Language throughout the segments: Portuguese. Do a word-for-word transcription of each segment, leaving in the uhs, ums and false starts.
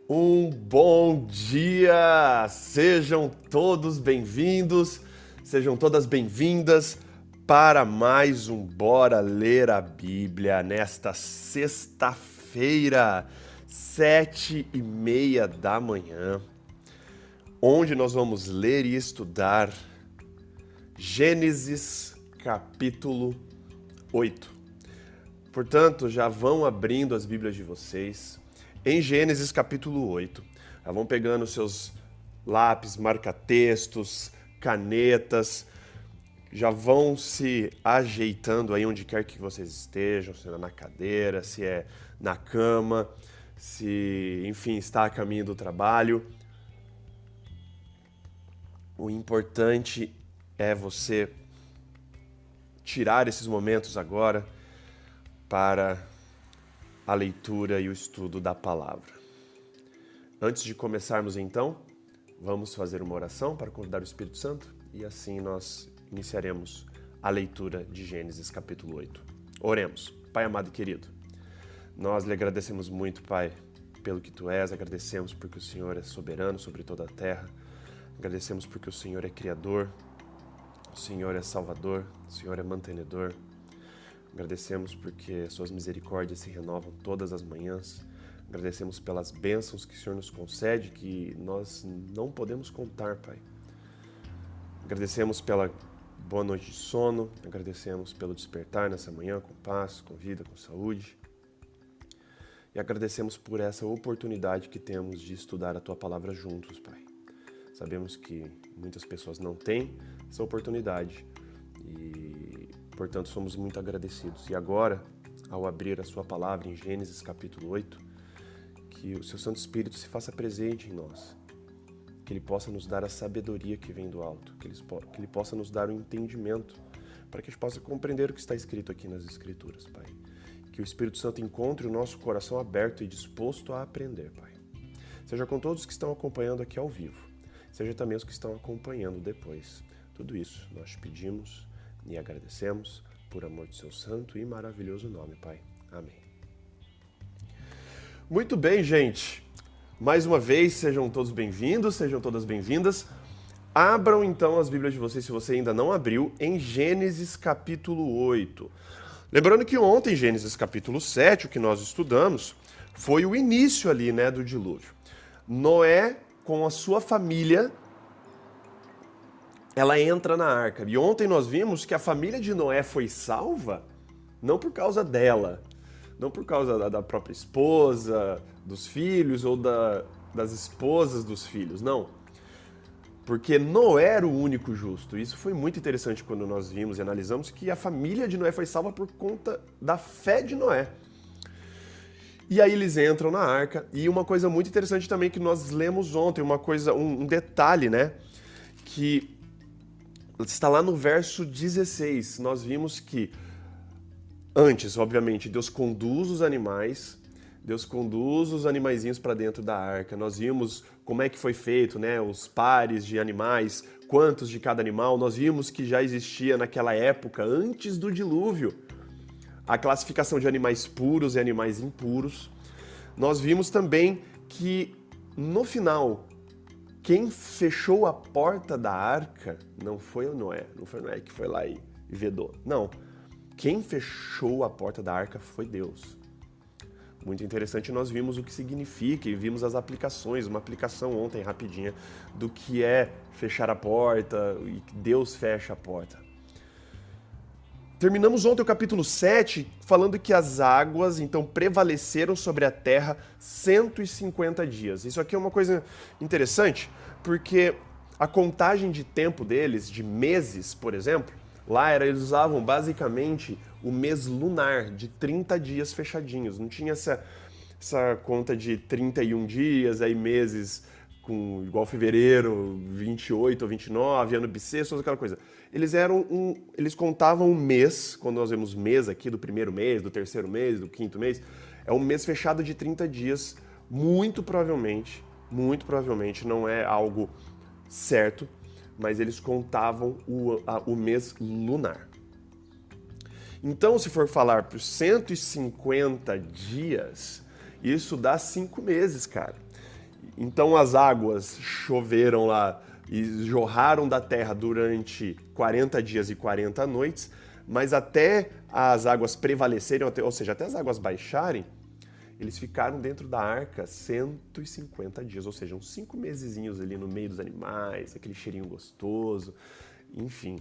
Um bom dia! Sejam todos bem-vindos, sejam todas bem-vindas para mais um Bora Ler a Bíblia nesta sexta-feira, sete e meia da manhã, onde nós vamos ler e estudar Gênesis capítulo oito. Portanto, já vão abrindo as Bíblias de vocês em Gênesis capítulo oito. Já vão pegando seus lápis, marca-textos, canetas, já vão se ajeitando aí onde quer que vocês estejam, se é na cadeira, se é na cama, se, enfim, está a caminho do trabalho. O importante é você tirar esses momentos agora para a leitura e o estudo da palavra. Antes de começarmos então, vamos fazer uma oração para convidar o Espírito Santo e assim nós iniciaremos a leitura de Gênesis capítulo oito. Oremos. Pai amado e querido, nós lhe agradecemos muito, Pai, pelo que Tu és, agradecemos porque o Senhor é soberano sobre toda a terra, agradecemos porque o Senhor é Criador, o Senhor é Salvador, o Senhor é mantenedor. Agradecemos porque Suas misericórdias se renovam todas as manhãs. Agradecemos pelas bênçãos que o Senhor nos concede, que nós não podemos contar, Pai. Agradecemos pela boa noite de sono, agradecemos pelo despertar nessa manhã com paz, com vida, com saúde. E agradecemos por essa oportunidade que temos de estudar a Tua palavra juntos, Pai. Sabemos que muitas pessoas não têm essa oportunidade e, portanto, somos muito agradecidos. E agora, ao abrir a Sua palavra em Gênesis capítulo oito, que o Seu Santo Espírito se faça presente em nós, que Ele possa nos dar a sabedoria que vem do alto, que Ele, que Ele possa nos dar o entendimento, para que a gente possa compreender o que está escrito aqui nas Escrituras, Pai. Que o Espírito Santo encontre o nosso coração aberto e disposto a aprender, Pai. Seja com todos que estão acompanhando aqui ao vivo, seja também os que estão acompanhando depois. Tudo isso nós te pedimos e agradecemos por amor do Seu santo e maravilhoso nome, Pai. Amém. Muito bem, gente. Mais uma vez, sejam todos bem-vindos, sejam todas bem-vindas. Abram então as Bíblias de vocês, se você ainda não abriu, em Gênesis capítulo oito. Lembrando que ontem, Gênesis capítulo sete, o que nós estudamos, foi o início ali, né, do dilúvio. Noé, com a sua família, ela entra na arca. E ontem nós vimos que a família de Noé foi salva não por causa dela, não por causa da, da própria esposa, dos filhos ou da, das esposas dos filhos, não. Porque Noé era o único justo. Isso foi muito interessante quando nós vimos e analisamos que a família de Noé foi salva por conta da fé de Noé. E aí eles entram na arca. E uma coisa muito interessante também que nós lemos ontem, uma coisa, um, um detalhe, né? Que está lá no verso dezesseis. Nós vimos que antes, obviamente, Deus conduz os animais, Deus conduz os animaizinhos para dentro da arca. Nós vimos como é que foi feito, né? Os pares de animais, quantos de cada animal. Nós vimos que já existia naquela época, antes do dilúvio, a classificação de animais puros e animais impuros. Nós vimos também que, no final, quem fechou a porta da arca não foi o Noé, não foi o Noé que foi lá e vedou. Não, quem fechou a porta da arca foi Deus. Muito interessante, nós vimos o que significa e vimos as aplicações, uma aplicação ontem rapidinha do que é fechar a porta e que Deus fecha a porta. Terminamos ontem o capítulo sete falando que as águas, então, prevaleceram sobre a terra cento e cinquenta dias. Isso aqui é uma coisa interessante, porque a contagem de tempo deles, de meses, por exemplo, lá era, eles usavam basicamente o mês lunar, de trinta dias fechadinhos. Não tinha essa, essa conta de trinta e um dias, aí meses com igual fevereiro, vinte e oito ou vinte e nove, ano bissexto, aquela coisa. Eles eram um, eles contavam um mês, quando nós vemos mês aqui, do primeiro mês, do terceiro mês, do quinto mês, é um mês fechado de trinta dias, muito provavelmente, muito provavelmente não é algo certo, mas eles contavam o, a, o mês lunar. Então, se for falar por cento e cinquenta dias, isso dá cinco meses, cara. Então as águas choveram lá e jorraram da terra durante quarenta dias e quarenta noites, mas até as águas prevalecerem, ou seja, até as águas baixarem, eles ficaram dentro da arca cento e cinquenta dias, ou seja, uns cinco mesezinhos ali no meio dos animais, aquele cheirinho gostoso, enfim.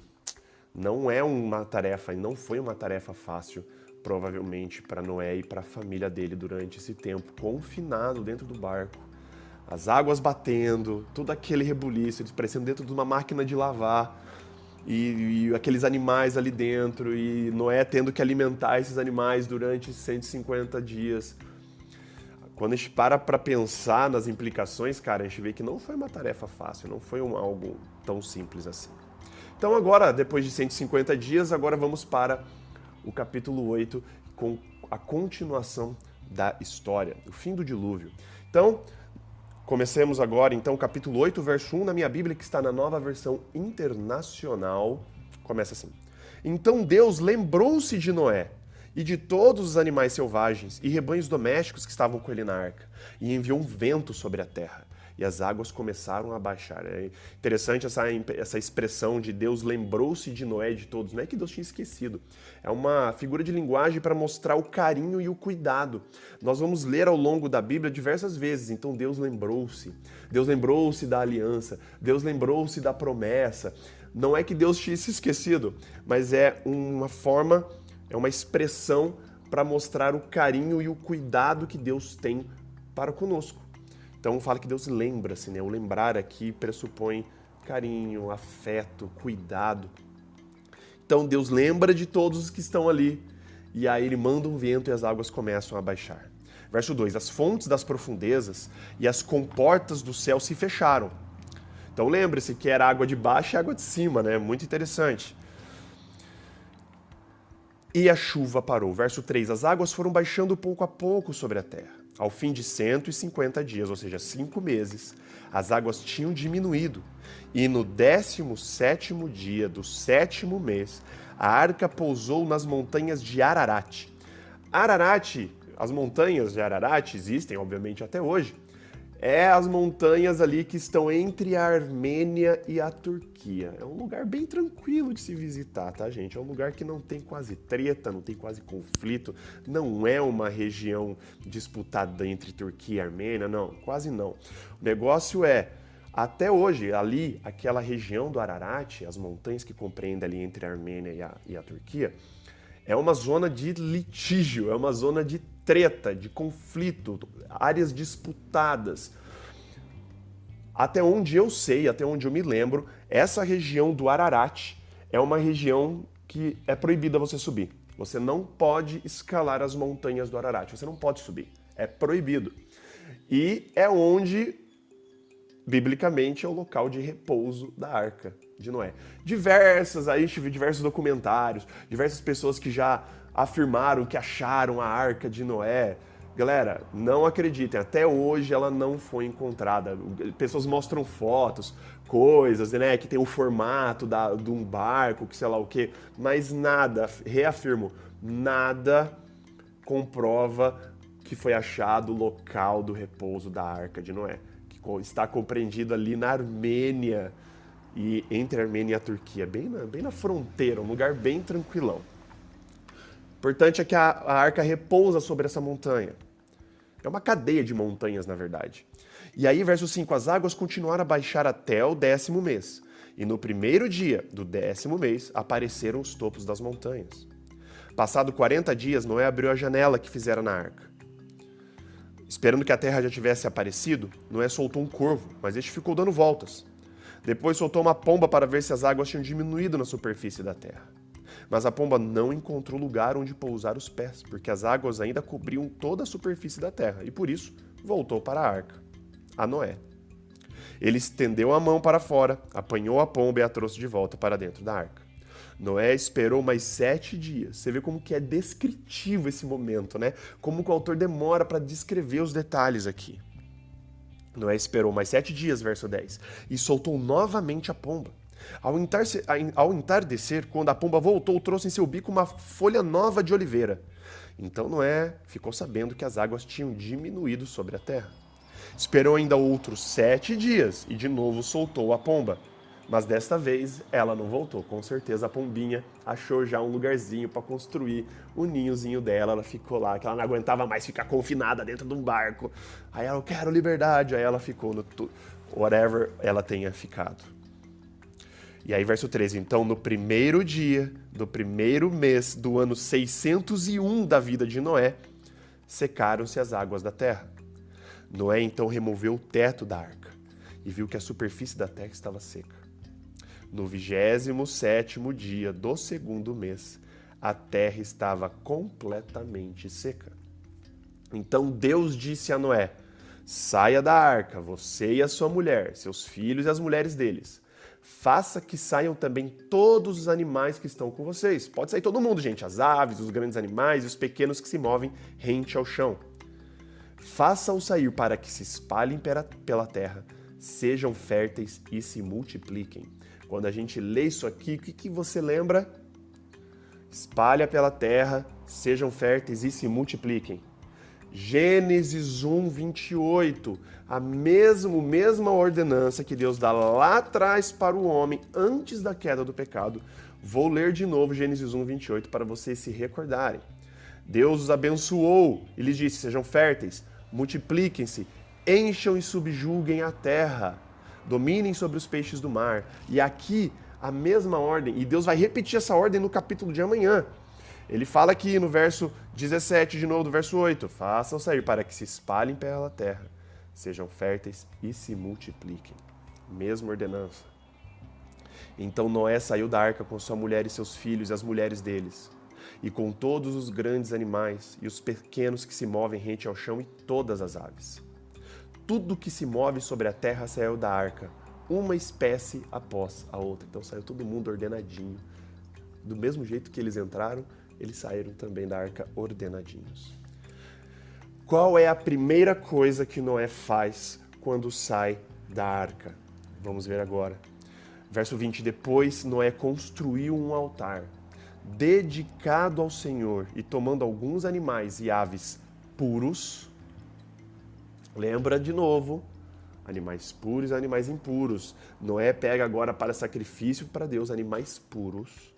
Não é uma tarefa, e não foi uma tarefa fácil, provavelmente, para Noé e para a família dele durante esse tempo, confinado dentro do barco. As águas batendo, todo aquele rebuliço, eles parecendo dentro de uma máquina de lavar, e, e aqueles animais ali dentro, e Noé tendo que alimentar esses animais durante cento e cinquenta dias. Quando a gente para para pensar nas implicações, cara, a gente vê que não foi uma tarefa fácil, não foi um, algo tão simples assim. Então agora, depois de cento e cinquenta dias, agora vamos para o capítulo oito, com a continuação da história, o fim do dilúvio. Então, comecemos agora, então, o capítulo oito, verso um, na minha Bíblia, que está na Nova Versão Internacional. Começa assim. Então Deus lembrou-se de Noé e de todos os animais selvagens e rebanhos domésticos que estavam com ele na arca, e enviou um vento sobre a terra, e as águas começaram a baixar. É interessante essa, essa expressão de Deus lembrou-se de Noé e de todos. Não é que Deus tinha esquecido. É uma figura de linguagem para mostrar o carinho e o cuidado. Nós vamos ler ao longo da Bíblia diversas vezes. Então Deus lembrou-se. Deus lembrou-se da aliança. Deus lembrou-se da promessa. Não é que Deus tinha se esquecido, mas é uma forma, é uma expressão para mostrar o carinho e o cuidado que Deus tem para conosco. Então fala que Deus lembra-se, né? O lembrar aqui pressupõe carinho, afeto, cuidado. Então Deus lembra de todos os que estão ali, e aí ele manda um vento e as águas começam a baixar. Verso dois, as fontes das profundezas e as comportas do céu se fecharam. Então lembre-se que era água de baixo e água de cima, né? Muito interessante. E a chuva parou. Verso três, as águas foram baixando pouco a pouco sobre a terra. Ao fim de cento e cinquenta dias, ou seja, cinco meses, as águas tinham diminuído. E no décimo sétimo dia do sétimo mês, a arca pousou nas montanhas de Ararat. Ararat, as montanhas de Ararat existem, obviamente, até hoje. É as montanhas ali que estão entre a Armênia e a Turquia. É um lugar bem tranquilo de se visitar, tá, gente? É um lugar que não tem quase treta, não tem quase conflito. Não é uma região disputada entre Turquia e Armênia, não, quase não. O negócio é, até hoje, ali, aquela região do Ararat, as montanhas que compreendem ali entre a Armênia e a, e a Turquia, é uma zona de litígio, é uma zona de treta, de conflito, áreas disputadas. Até onde eu sei, até onde eu me lembro, essa região do Ararat é uma região que é proibida você subir. Você não pode escalar as montanhas do Ararat, você não pode subir, é proibido. E é onde, biblicamente, é o local de repouso da Arca de Noé. Diversas, aí tive diversos documentários, diversas pessoas que já afirmaram que acharam a Arca de Noé. Galera, não acreditem, até hoje ela não foi encontrada. Pessoas mostram fotos, coisas, né, que tem o formato da, de um barco, que sei lá o quê, mas nada, reafirmo, nada comprova que foi achado o local do repouso da Arca de Noé, que está compreendido ali na Armênia, e entre a Armênia e a Turquia, bem na, bem na fronteira, um lugar bem tranquilão. O importante é que a, a arca repousa sobre essa montanha. É uma cadeia de montanhas, na verdade. E aí, verso cinco, as águas continuaram a baixar até o décimo mês. E no primeiro dia do décimo mês, apareceram os topos das montanhas. Passado quarenta dias, Noé abriu a janela que fizera na arca. Esperando que a terra já tivesse aparecido, Noé soltou um corvo, mas este ficou dando voltas. Depois soltou uma pomba para ver se as águas tinham diminuído na superfície da terra. Mas a pomba não encontrou lugar onde pousar os pés, porque as águas ainda cobriam toda a superfície da terra, e por isso voltou para a arca, a Noé. Ele estendeu a mão para fora, apanhou a pomba e a trouxe de volta para dentro da arca. Noé esperou mais sete dias. Você vê como que é descritivo esse momento, né? Como que o autor demora para descrever os detalhes aqui. Noé esperou mais sete dias, verso dez, e soltou novamente a pomba. Ao, entarce, ao entardecer, quando a pomba voltou, trouxe em seu bico uma folha nova de oliveira. Então Noé ficou sabendo que as águas tinham diminuído sobre a terra. Esperou ainda outros sete dias e de novo soltou a pomba. Mas desta vez ela não voltou. Com certeza a pombinha achou já um lugarzinho para construir o ninhozinho dela. Ela ficou lá, que ela não aguentava mais ficar confinada dentro de um barco. Aí ela, eu quero liberdade. Aí ela ficou no tu... whatever ela tenha ficado. E aí verso treze, então no primeiro dia do primeiro mês do ano seiscentos e um da vida de Noé, secaram-se as águas da terra. Noé então removeu o teto da arca e viu que a superfície da terra estava seca. No vigésimo sétimo dia do segundo mês, a terra estava completamente seca. Então Deus disse a Noé, saia da arca, você e a sua mulher, seus filhos e as mulheres deles. Faça que saiam também todos os animais que estão com vocês. Pode sair todo mundo, gente, as aves, os grandes animais e os pequenos que se movem rente ao chão. Faça-os sair para que se espalhem pela terra, sejam férteis e se multipliquem. Quando a gente lê isso aqui, o que, que você lembra? Espalha pela terra, sejam férteis e se multipliquem. Gênesis um, vinte e oito, a mesmo, mesma ordenança que Deus dá lá atrás para o homem, antes da queda do pecado. Vou ler de novo Gênesis um, vinte e oito para vocês se recordarem. Deus os abençoou e lhes disse, sejam férteis, multipliquem-se, encham e subjuguem a terra, dominem sobre os peixes do mar. E aqui a mesma ordem, e Deus vai repetir essa ordem no capítulo de amanhã. Ele fala aqui no verso dezessete, de novo do verso oito, façam sair para que se espalhem pela terra, sejam férteis e se multipliquem. Mesma ordenança. Então Noé saiu da arca com sua mulher e seus filhos e as mulheres deles, e com todos os grandes animais e os pequenos que se movem rente ao chão e todas as aves. Tudo que se move sobre a terra saiu da arca, uma espécie após a outra. Então saiu todo mundo ordenadinho. Do mesmo jeito que eles entraram, eles saíram também da arca ordenadinhos. Qual é a primeira coisa que Noé faz quando sai da arca? Vamos ver agora. Verso vinte, depois Noé construiu um altar dedicado ao Senhor e tomando alguns animais e aves puros. Lembra de novo, animais puros e animais impuros. Noé pega agora para sacrifício para Deus animais puros.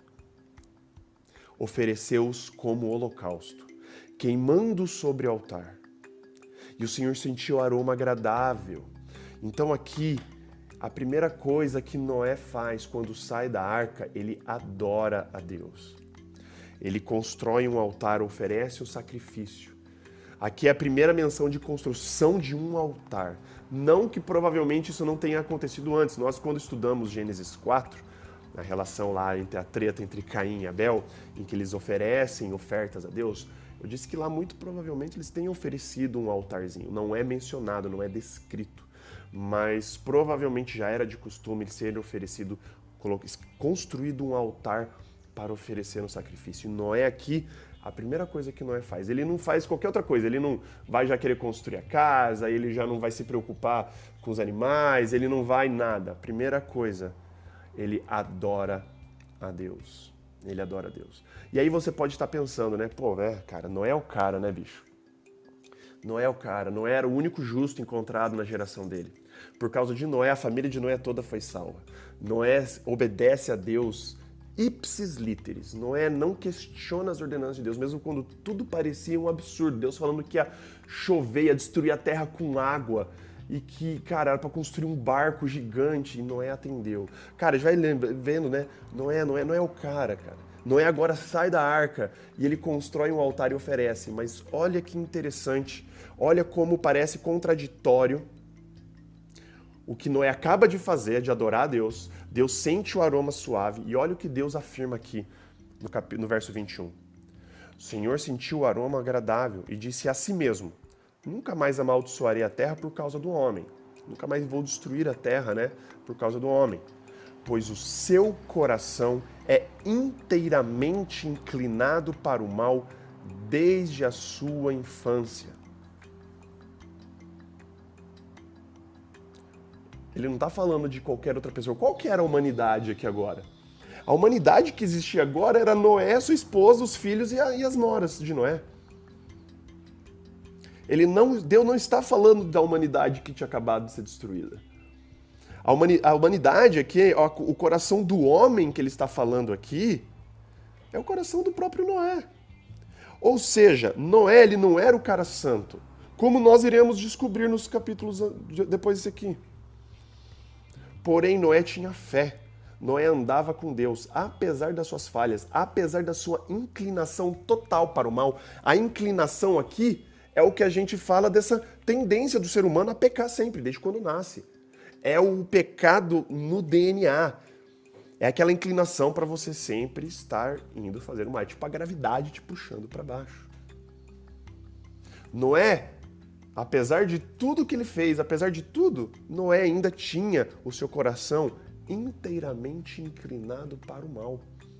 Ofereceu-os como holocausto, queimando sobre o altar. E o Senhor sentiu o aroma agradável. Então aqui, a primeira coisa que Noé faz quando sai da arca, ele adora a Deus. Ele constrói um altar, oferece o sacrifício. Aqui é a primeira menção de construção de um altar. Não que provavelmente isso não tenha acontecido antes. Nós, quando estudamos Gênesis quatro, a relação lá entre a treta entre Caim e Abel, em que eles oferecem ofertas a Deus, eu disse que lá muito provavelmente eles tenham oferecido um altarzinho. Não é mencionado, não é descrito, mas provavelmente já era de costume eles serem oferecido, construído um altar para oferecer um sacrifício. E Noé aqui, a primeira coisa que Noé faz, ele não faz qualquer outra coisa, ele não vai já querer construir a casa, ele já não vai se preocupar com os animais, ele não vai nada. A primeira coisa, ele adora a Deus. Ele adora a Deus. E aí você pode estar pensando, né? Pô, é, cara, Noé é o cara, né, bicho? Noé é o cara. Noé era o único justo encontrado na geração dele. Por causa de Noé, a família de Noé toda foi salva. Noé obedece a Deus ipsis literis. Noé não questiona as ordenanças de Deus, mesmo quando tudo parecia um absurdo. Deus falando que ia chover, ia destruir a terra com água. E que, cara, era para construir um barco gigante e Noé atendeu. Cara, já vai lembra, vendo, né? Noé, Noé, Noé é o cara, cara. Noé agora sai da arca e ele constrói um altar e oferece. Mas olha que interessante, olha como parece contraditório o que Noé acaba de fazer, de adorar a Deus. Deus sente o aroma suave e olha o que Deus afirma aqui no, cap... no verso vinte e um. O Senhor sentiu o aroma agradável e disse a si mesmo, nunca mais amaldiçoarei a terra por causa do homem. Nunca mais vou destruir a terra, né, por causa do homem. Pois o seu coração é inteiramente inclinado para o mal desde a sua infância. Ele não está falando de qualquer outra pessoa. Qual que era a humanidade aqui agora? A humanidade que existia agora era Noé, sua esposa, os filhos e, a, e as noras de Noé. Ele não, Deus não está falando da humanidade que tinha acabado de ser destruída. A, humani, a humanidade aqui, ó, o coração do homem que ele está falando aqui, é o coração do próprio Noé. Ou seja, Noé ele não era o cara santo, como nós iremos descobrir nos capítulos depois desse aqui. Porém, Noé tinha fé. Noé andava com Deus, apesar das suas falhas, apesar da sua inclinação total para o mal. A inclinação aqui é o que a gente fala dessa tendência do ser humano a pecar sempre, desde quando nasce. É o pecado no D N A. É aquela inclinação para você sempre estar indo fazer o mal. É tipo a gravidade te puxando para baixo. Noé, apesar de tudo que ele fez, apesar de tudo, Noé ainda tinha o seu coração inteiramente inclinado para o mal.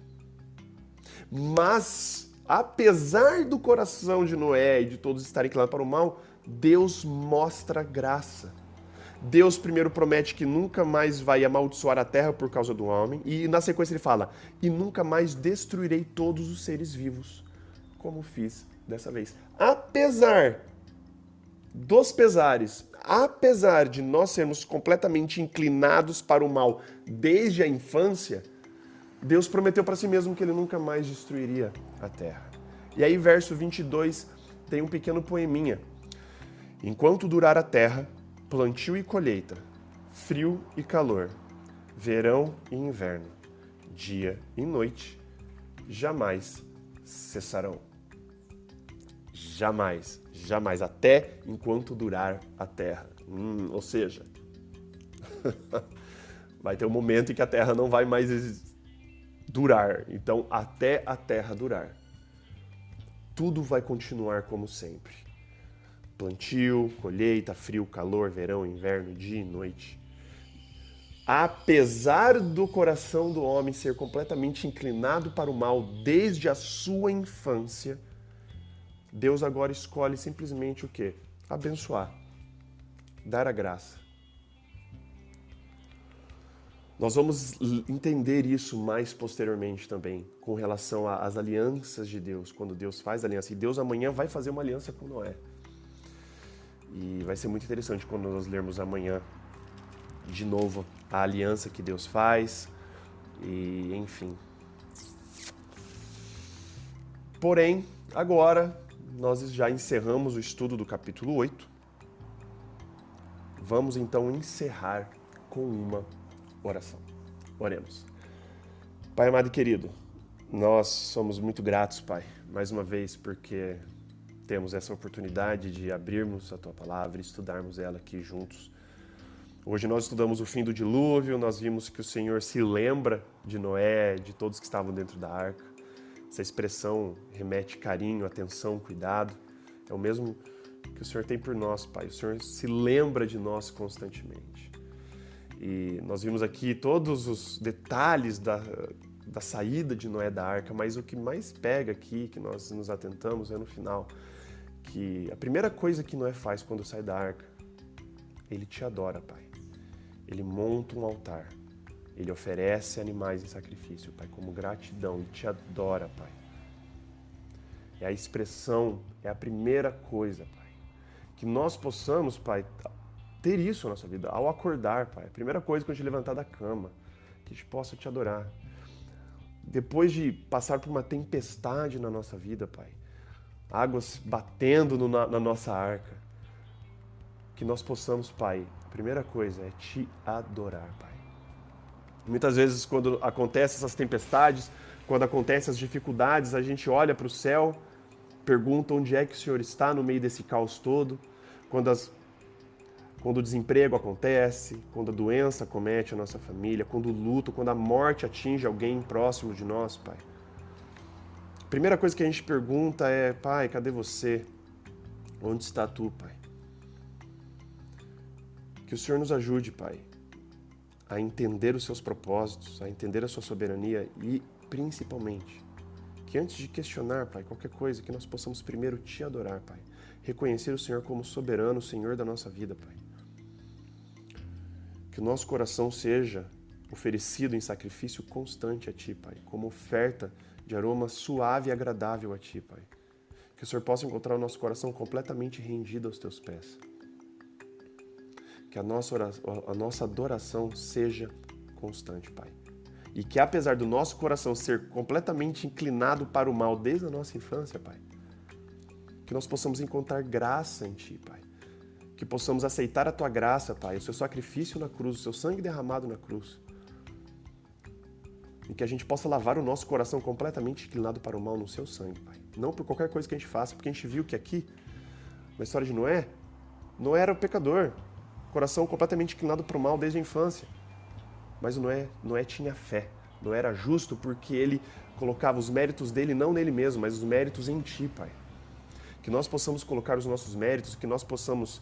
Mas, apesar do coração de Noé e de todos estarem inclinados para o mal, Deus mostra graça. Deus primeiro promete que nunca mais vai amaldiçoar a terra por causa do homem, e na sequência ele fala, e nunca mais destruirei todos os seres vivos, como fiz dessa vez. Apesar dos pesares, apesar de nós sermos completamente inclinados para o mal desde a infância, Deus prometeu para si mesmo que ele nunca mais destruiria a terra. E aí, verso vinte e dois, tem um pequeno poeminha. Enquanto durar a terra, plantio e colheita, frio e calor, verão e inverno, dia e noite, jamais cessarão. Jamais, jamais, até enquanto durar a terra. Hum, ou seja, vai ter um momento em que a terra não vai mais durar. Então, até a terra durar, tudo vai continuar como sempre. Plantio, colheita, frio, calor, verão, inverno, dia e noite. Apesar do coração do homem ser completamente inclinado para o mal desde a sua infância, Deus agora escolhe simplesmente o quê? Abençoar, dar a graça. Nós vamos entender isso mais posteriormente também, com relação às alianças de Deus, quando Deus faz aliança. E Deus amanhã vai fazer uma aliança com Noé. E vai ser muito interessante quando nós lermos amanhã, de novo, a aliança que Deus faz, e enfim. Porém, agora, nós já encerramos o estudo do capítulo oito. Vamos então encerrar com uma oração. Oremos. Pai amado e querido, nós somos muito gratos, Pai, mais uma vez, porque temos essa oportunidade de abrirmos a Tua Palavra e estudarmos ela aqui juntos. Hoje nós estudamos o fim do dilúvio, nós vimos que o Senhor se lembra de Noé, de todos que estavam dentro da arca. Essa expressão remete carinho, atenção, cuidado. É o mesmo que o Senhor tem por nós, Pai. O Senhor se lembra de nós constantemente. E nós vimos aqui todos os detalhes da, da saída de Noé da arca, mas o que mais pega aqui, que nós nos atentamos, é no final, que a primeira coisa que Noé faz quando sai da arca, ele te adora, Pai. Ele monta um altar. Ele oferece animais em sacrifício, Pai, como gratidão. Ele te adora, Pai. É a expressão, é a primeira coisa, Pai. Que nós possamos, Pai, ter isso na nossa vida. Ao acordar, Pai, a primeira coisa que a gente levantar da cama, que a gente possa te adorar. Depois de passar por uma tempestade na nossa vida, Pai, águas batendo no, na, na nossa arca, que nós possamos, Pai, a primeira coisa é te adorar, Pai. Muitas vezes, quando acontecem essas tempestades, quando acontecem as dificuldades, a gente olha para o céu, pergunta onde é que o Senhor está no meio desse caos todo, quando, as, quando o desemprego acontece, quando a doença comete a nossa família, quando o luto, quando a morte atinge alguém próximo de nós, Pai. A primeira coisa que a gente pergunta é, Pai, cadê você? Onde está Tu, Pai? Que o Senhor nos ajude, Pai, a entender os Seus propósitos, a entender a Sua soberania e, principalmente, que antes de questionar, Pai, qualquer coisa, que nós possamos primeiro Te adorar, Pai. Reconhecer o Senhor como soberano, Senhor da nossa vida, Pai. Que o nosso coração seja oferecido em sacrifício constante a Ti, Pai, como oferta de aroma suave e agradável a Ti, Pai. Que o Senhor possa encontrar o nosso coração completamente rendido aos teus pés. Que a nossa, oração, a nossa adoração seja constante, Pai. E que apesar do nosso coração ser completamente inclinado para o mal desde a nossa infância, Pai, que nós possamos encontrar graça em Ti, Pai. Que possamos aceitar a Tua graça, Pai, o Seu sacrifício na cruz, o Seu sangue derramado na cruz. E que a gente possa lavar o nosso coração completamente inclinado para o mal no Seu sangue, Pai. Não por qualquer coisa que a gente faça, porque a gente viu que aqui, na história de Noé, Noé era o pecador, coração completamente inclinado para o mal desde a infância. Mas Noé, Noé tinha fé. Noé era justo porque ele colocava os méritos dele não nele mesmo, mas os méritos em Ti, Pai. Que nós possamos colocar os nossos méritos, que nós possamos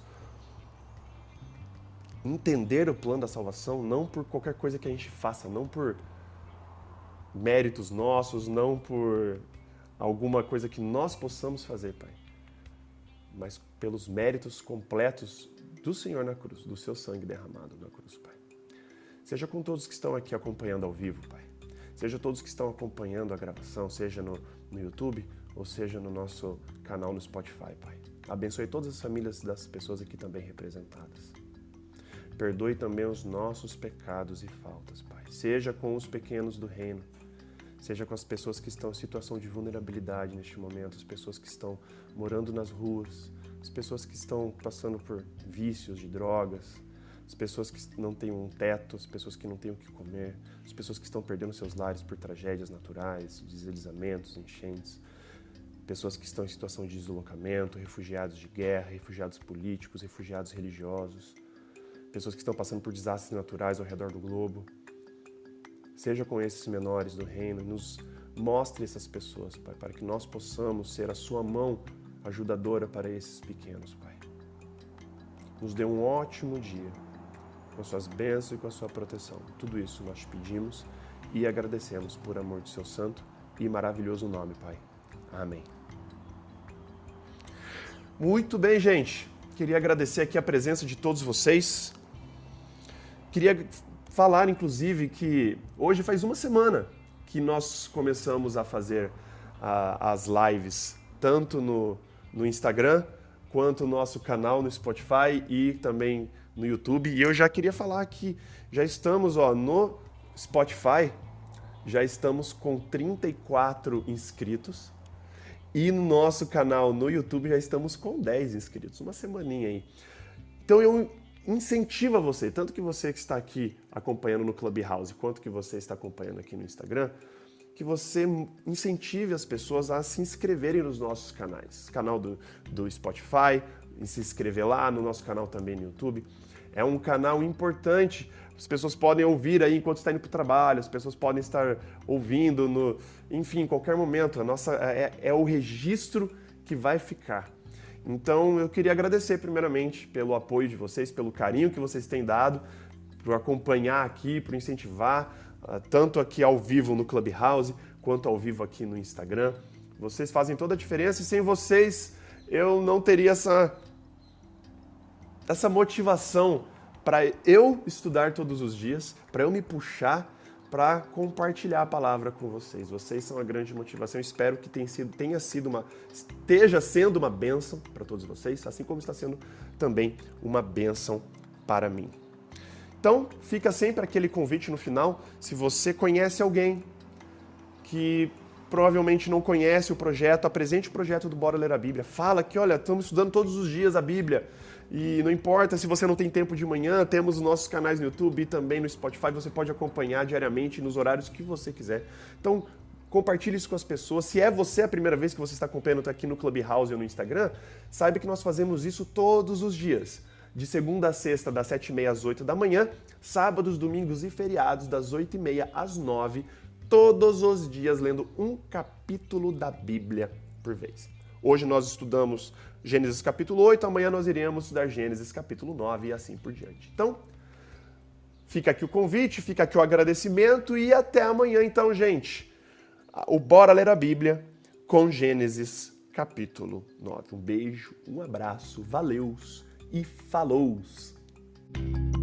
entender o plano da salvação não por qualquer coisa que a gente faça, não por méritos nossos, não por alguma coisa que nós possamos fazer, Pai, mas pelos méritos completos do Senhor na cruz, do Seu sangue derramado na cruz, Pai. Seja com todos que estão aqui acompanhando ao vivo, Pai. Seja todos que estão acompanhando a gravação, seja no, no YouTube ou seja no nosso canal no Spotify, Pai. Abençoe todas as famílias das pessoas aqui também representadas. Perdoe também os nossos pecados e faltas, Pai. Seja com os pequenos do reino, seja com as pessoas que estão em situação de vulnerabilidade neste momento, as pessoas que estão morando nas ruas, as pessoas que estão passando por vícios de drogas, as pessoas que não têm um teto, as pessoas que não têm o que comer, as pessoas que estão perdendo seus lares por tragédias naturais, deslizamentos, enchentes, pessoas que estão em situação de deslocamento, refugiados de guerra, refugiados políticos, refugiados religiosos, pessoas que estão passando por desastres naturais ao redor do globo. Seja com esses menores do reino, nos mostre essas pessoas, Pai, para que nós possamos ser a Sua mão ajudadora para esses pequenos, Pai. Nos dê um ótimo dia, com Suas bênçãos e com a Sua proteção. Tudo isso nós te pedimos e agradecemos por amor do Seu santo e maravilhoso nome, Pai. Amém. Muito bem, gente. Queria agradecer aqui a presença de todos vocês. Queria falar, inclusive, que hoje faz uma semana que nós começamos a fazer uh, as lives, tanto no, no Instagram, quanto no nosso canal no Spotify e também no YouTube. E eu já queria falar que já estamos ó, no Spotify, já estamos com trinta e quatro inscritos. E no nosso canal no YouTube já estamos com dez inscritos, uma semaninha aí. Então eu incentivo a você, tanto que você que está aqui acompanhando no Clubhouse, quanto que você está acompanhando aqui no Instagram, que você incentive as pessoas a se inscreverem nos nossos canais. Canal do, do Spotify, se inscrever lá, no nosso canal também no YouTube. É um canal importante. As pessoas podem ouvir aí enquanto está indo para o trabalho, as pessoas podem estar ouvindo, no, enfim, em qualquer momento. A nossa, é, é o registro que vai ficar. Então, eu queria agradecer primeiramente pelo apoio de vocês, pelo carinho que vocês têm dado, por acompanhar aqui, por incentivar, uh, tanto aqui ao vivo no Clubhouse, quanto ao vivo aqui no Instagram. Vocês fazem toda a diferença e sem vocês eu não teria essa, essa motivação para eu estudar todos os dias, para eu me puxar para compartilhar a palavra com vocês. Vocês são a grande motivação. Eu espero que tenha sido, tenha sido uma, esteja sendo uma bênção para todos vocês, assim como está sendo também uma bênção para mim. Então, fica sempre aquele convite no final. Se você conhece alguém que provavelmente não conhece o projeto, apresente o projeto do Bora Ler a Bíblia. Fala que, olha, estamos estudando todos os dias a Bíblia. E não importa se você não tem tempo de manhã, temos os nossos canais no YouTube e também no Spotify, você pode acompanhar diariamente nos horários que você quiser. Então, compartilhe isso com as pessoas. Se é você a primeira vez que você está acompanhando aqui no Clubhouse ou no Instagram, saiba que nós fazemos isso todos os dias. De segunda a sexta, das sete e meia às oito da manhã, sábados, domingos e feriados, das oito e meia às nove, todos os dias, lendo um capítulo da Bíblia por vez. Hoje nós estudamos Gênesis capítulo oito, amanhã nós iremos estudar Gênesis capítulo nove e assim por diante. Então, fica aqui o convite, fica aqui o agradecimento e até amanhã então, gente. O Bora Ler a Bíblia com Gênesis capítulo nove. Um beijo, um abraço, valeus e falows!